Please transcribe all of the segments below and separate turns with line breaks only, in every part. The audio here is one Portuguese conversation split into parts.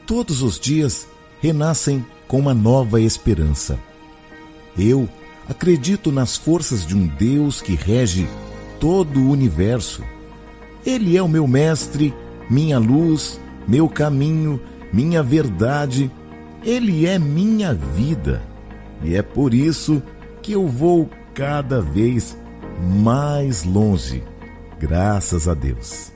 Todos os dias renascem com uma nova esperança. Eu acredito nas forças de um Deus que rege todo o universo. Ele é o meu mestre, minha luz, meu caminho, minha verdade. Ele é minha vida. E é por isso que eu vou cada vez mais longe, graças a Deus.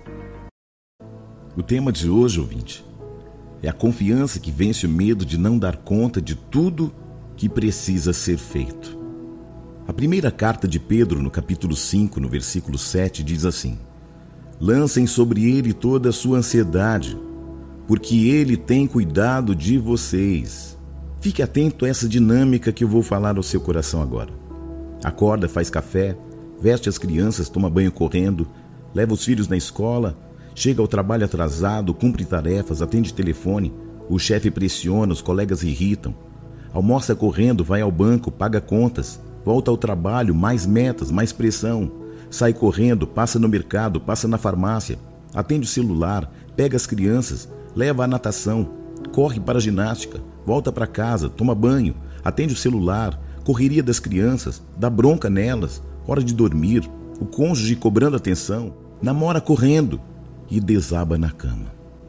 O tema de hoje, ouvinte, é a confiança que vence o medo de não dar conta de tudo que precisa ser feito. A primeira carta de Pedro, no capítulo 5, no versículo 7, diz assim: lancem sobre ele toda a sua ansiedade, porque ele tem cuidado de vocês. Fique atento a essa dinâmica que eu vou falar ao seu coração agora. Acorda, faz café, veste as crianças, toma banho correndo, leva os filhos na escola, chega ao trabalho atrasado, cumpre tarefas, atende telefone, o chefe pressiona, os colegas irritam. Almoça correndo, vai ao banco, paga contas, volta ao trabalho, mais metas, mais pressão. Sai correndo, passa no mercado, passa na farmácia, atende o celular, pega as crianças, leva à natação, corre para a ginástica, volta para casa, toma banho, atende o celular, correria das crianças, dá bronca nelas, hora de dormir, o cônjuge cobrando atenção, namora correndo e desaba na cama.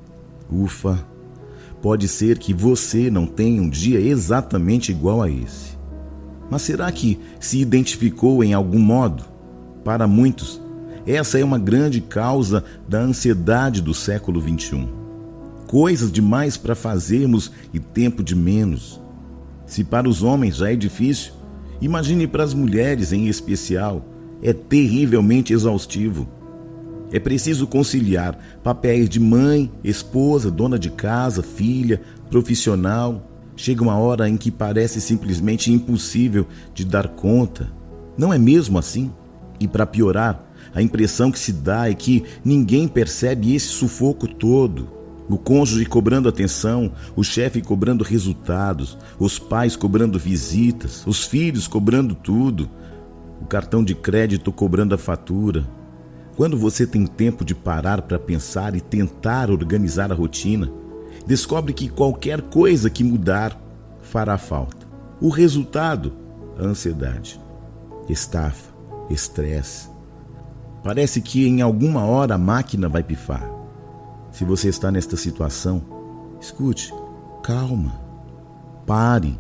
Ufa, pode ser que você não tenha um dia exatamente igual a esse. Mas será que se identificou em algum modo? Para muitos, essa é uma grande causa da ansiedade do século XXI. Coisas demais para fazermos e tempo de menos. Se para os homens já é difícil, imagine para as mulheres em especial. É terrivelmente exaustivo. É preciso conciliar papéis de mãe, esposa, dona de casa, filha, profissional. Chega uma hora em que parece simplesmente impossível de dar conta. Não é mesmo assim? E para piorar, a impressão que se dá é que ninguém percebe esse sufoco todo. O cônjuge cobrando atenção, o chefe cobrando resultados, os pais cobrando visitas, os filhos cobrando tudo, o cartão de crédito cobrando a fatura. Quando você tem tempo de parar para pensar e tentar organizar a rotina, descobre que qualquer coisa que mudar fará falta. O resultado? A ansiedade, estafa, estresse. Parece que em alguma hora a máquina vai pifar. Se você está nesta situação, escute, calma, pare,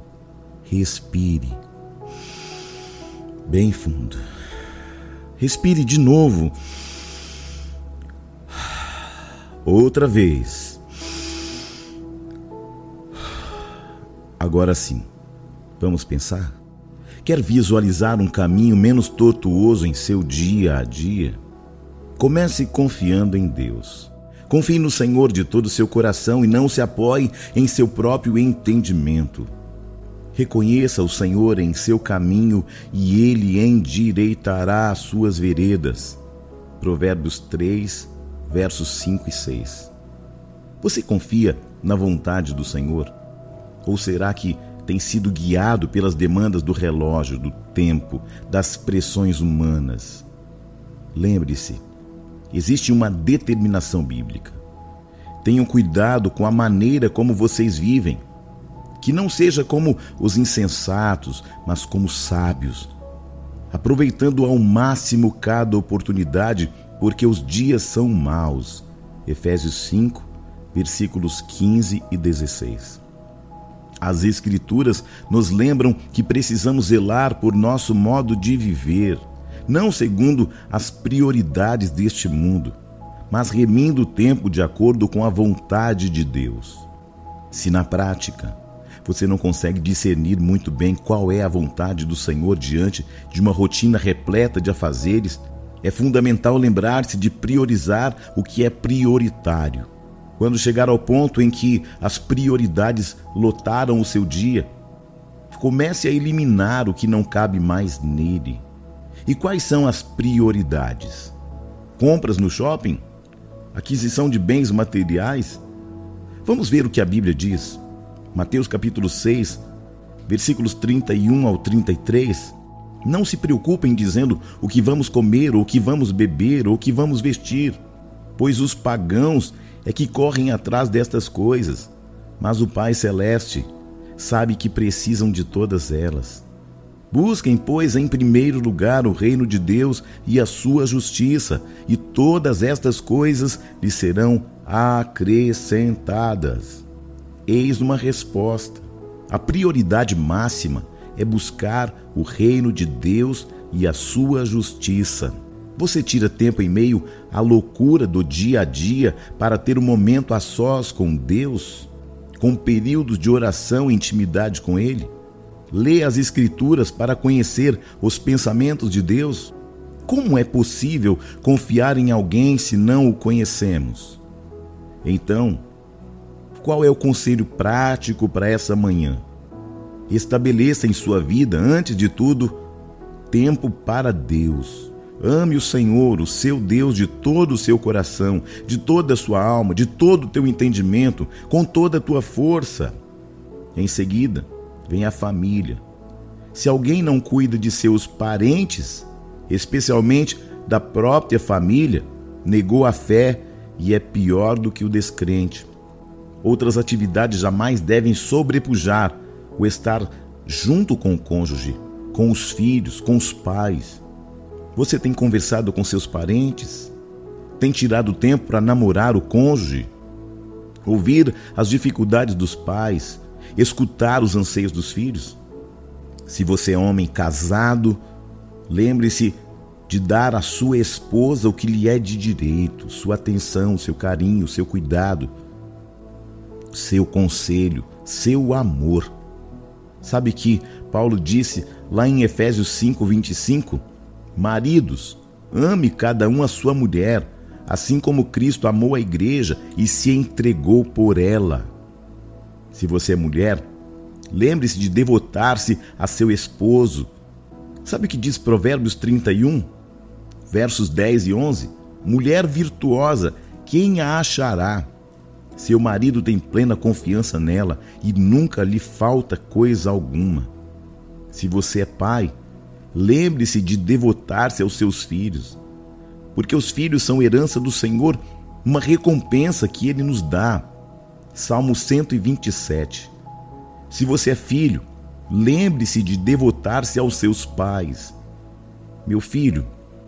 respire bem fundo. Respire de novo. Outra vez. Agora sim, vamos pensar? Quer visualizar um caminho menos tortuoso em seu dia a dia? Comece confiando em Deus. Confie no Senhor de todo o seu coração e não se apoie em seu próprio entendimento. Reconheça o Senhor em seu caminho e Ele endireitará as suas veredas. Provérbios 3, versos 5 e 6. Você confia na vontade do Senhor? Ou será que tem sido guiado pelas demandas do relógio, do tempo, das pressões humanas? Lembre-se, existe uma determinação bíblica. Tenham cuidado com a maneira como vocês vivem. Que não seja como os insensatos, mas como sábios, aproveitando ao máximo cada oportunidade, porque os dias são maus. Efésios 5, versículos 15 e 16. As Escrituras nos lembram que precisamos zelar por nosso modo de viver, não segundo as prioridades deste mundo, mas remindo o tempo de acordo com a vontade de Deus. Se na prática você não consegue discernir muito bem qual é a vontade do Senhor diante de uma rotina repleta de afazeres, é fundamental lembrar-se de priorizar o que é prioritário. Quando chegar ao ponto em que as prioridades lotaram o seu dia, comece a eliminar o que não cabe mais nele. E quais são as prioridades? Compras no shopping? Aquisição de bens materiais? Vamos ver o que a Bíblia diz. Mateus capítulo 6, versículos 31 ao 33. Não se preocupem dizendo o que vamos comer, ou o que vamos beber, ou o que vamos vestir, pois os pagãos é que correm atrás destas coisas. mas o Pai Celeste sabe que precisam de todas elas. Busquem, pois, em primeiro lugar o reino de Deus e a sua justiça, e todas estas coisas lhe serão acrescentadas. Eis uma resposta. A prioridade máxima é buscar o reino de Deus e a sua justiça. Você tira tempo em meio à loucura do dia a dia para ter um momento a sós com Deus, com períodos de oração e intimidade com Ele? Lê as Escrituras para conhecer os pensamentos de Deus? Como é possível confiar em alguém se não o conhecemos? Então, qual é o conselho prático para essa manhã? Estabeleça em sua vida, antes de tudo, tempo para Deus. Ame o Senhor, o seu Deus, de todo o seu coração, de toda a sua alma, de todo o teu entendimento, com toda a tua força. Em seguida, vem a família. Se alguém não cuida de seus parentes, especialmente da própria família, negou a fé e é pior do que o descrente. Outras atividades jamais devem sobrepujar o estar junto com o cônjuge, com os filhos, com os pais. Você tem conversado com seus parentes? Tem tirado tempo para namorar o cônjuge? Ouvir as dificuldades dos pais? Escutar os anseios dos filhos? Se você é homem casado, lembre-se de dar à sua esposa o que lhe é de direito, sua atenção, seu carinho, seu cuidado, seu conselho, seu amor. Sabe que Paulo disse lá em Efésios 5:25, maridos, ame cada um a sua mulher, assim como Cristo amou a igreja e se entregou por ela. Se você é mulher, lembre-se de devotar-se a seu esposo. Sabe o que diz Provérbios 31, versos 10 e 11? Mulher virtuosa, quem a achará? Seu marido tem plena confiança nela e nunca lhe falta coisa alguma. Se você é pai, lembre-se de devotar-se aos seus filhos, porque os filhos são herança do Senhor, uma recompensa que Ele nos dá. Salmo 127. Se você é filho, lembre-se de devotar-se aos seus pais. Meu filho,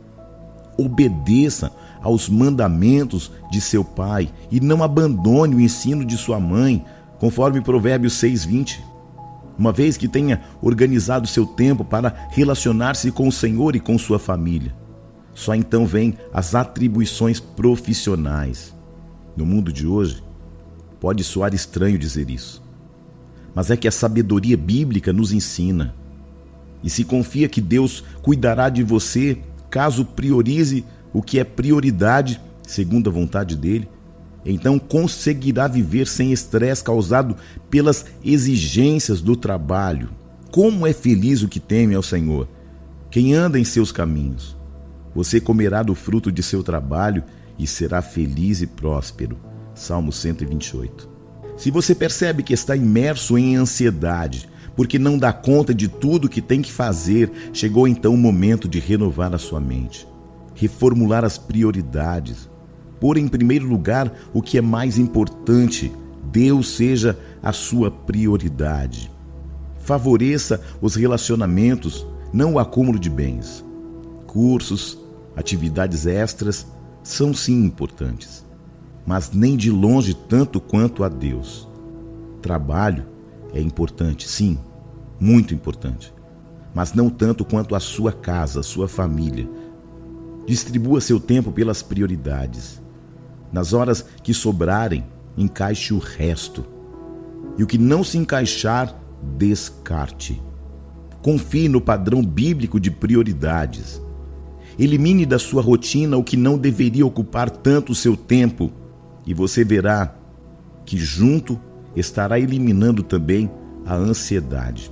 obedeça aos mandamentos de seu pai e não abandone o ensino de sua mãe, conforme Provérbios 6:20. Uma vez que tenha organizado seu tempo para relacionar-se com o Senhor e com sua família, só então vêm as atribuições profissionais. No mundo de hoje, pode soar estranho dizer isso, mas é que a sabedoria bíblica nos ensina. E se confia que Deus cuidará de você, caso priorize o que é prioridade, segundo a vontade dele, então conseguirá viver sem estresse causado pelas exigências do trabalho. Como é feliz o que teme ao Senhor, quem anda em seus caminhos. Você comerá do fruto de seu trabalho e será feliz e próspero. Salmo 128. Se você percebe que está imerso em ansiedade, porque não dá conta de tudo que tem que fazer, chegou então o momento de renovar a sua mente, reformular as prioridades, pôr em primeiro lugar o que é mais importante. Deus seja a sua prioridade. Favoreça os relacionamentos, não o acúmulo de bens. Cursos, atividades extras são sim importantes, mas nem de longe tanto quanto a Deus. Trabalho é importante, sim, muito importante, mas não tanto quanto a sua casa, a sua família. Distribua seu tempo pelas prioridades. Nas horas que sobrarem, encaixe o resto. E o que não se encaixar, descarte. Confie no padrão bíblico de prioridades. Elimine da sua rotina o que não deveria ocupar tanto o seu tempo, e você verá que junto estará eliminando também a ansiedade.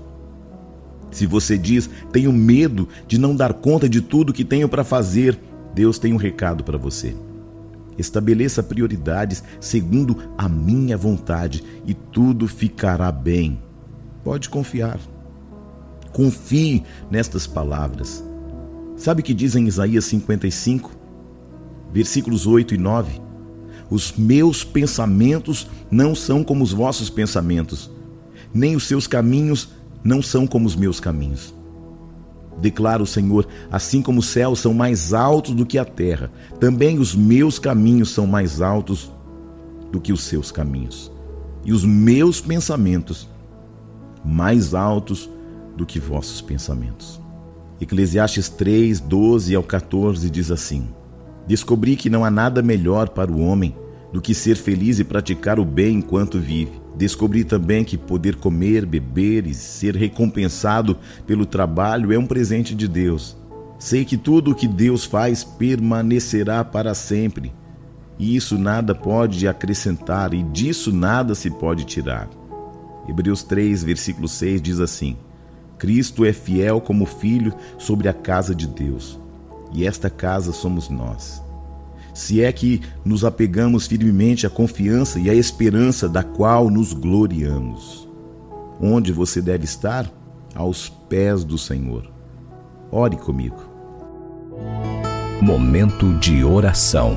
Se você diz, tenho medo de não dar conta de tudo que tenho para fazer, Deus tem um recado para você. Estabeleça prioridades segundo a minha vontade e tudo ficará bem. Pode confiar. Confie nestas palavras. Sabe o que diz em Isaías 55, versículos 8 e 9? os meus pensamentos não são como os vossos pensamentos, nem os seus caminhos não são como os meus caminhos. Declara o Senhor: assim como os céus são mais altos do que a terra, também os meus caminhos são mais altos do que os seus caminhos, e os meus pensamentos mais altos do que vossos pensamentos. Eclesiastes 3, 12 ao 14 diz assim: descobri que não há nada melhor para o homem do que ser feliz e praticar o bem enquanto vive. Descobri também que poder comer, beber e ser recompensado pelo trabalho é um presente de Deus. Sei que tudo o que Deus faz permanecerá para sempre, e isso nada pode acrescentar, e disso nada se pode tirar. Hebreus 3, versículo 6 diz assim: Cristo é fiel como filho sobre a casa de Deus, e esta casa somos nós. Se é que nos apegamos firmemente à confiança e à esperança da qual nos gloriamos. Onde você deve estar? Aos pés do Senhor. Ore comigo.
Momento de oração.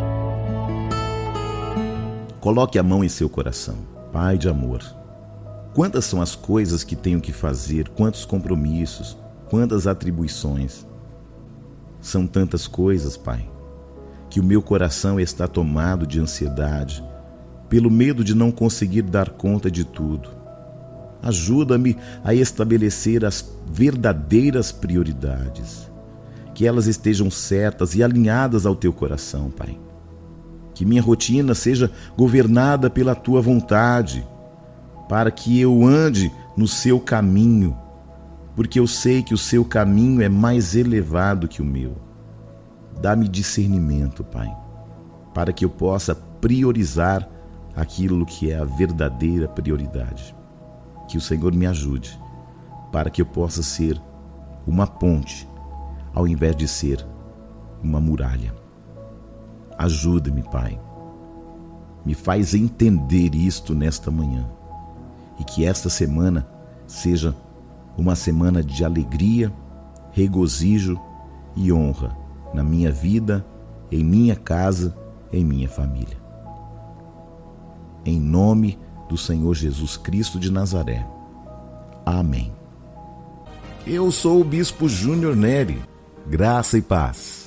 Coloque a mão em seu coração. Pai de amor, quantas são as coisas que tenho que fazer, quantos compromissos, quantas atribuições. São tantas coisas, Pai, que o meu coração está tomado de ansiedade, pelo medo de não conseguir dar conta de tudo. Ajuda-me a estabelecer as verdadeiras prioridades, que elas estejam certas e alinhadas ao teu coração, Pai. Que minha rotina seja governada pela tua vontade, para que eu ande no seu caminho, porque eu sei que o seu caminho é mais elevado que o meu. Dá-me discernimento, Pai, para que eu possa priorizar aquilo que é a verdadeira prioridade. Que o Senhor me ajude, para que eu possa ser uma ponte, ao invés de ser uma muralha. Ajuda-me, Pai. Me faz entender isto nesta manhã, e que esta semana seja uma semana de alegria, regozijo e honra na minha vida, em minha casa, em minha família. Em nome do Senhor Jesus Cristo de Nazaré. Amém. Eu sou o Bispo Júnior Neri. Graça e paz.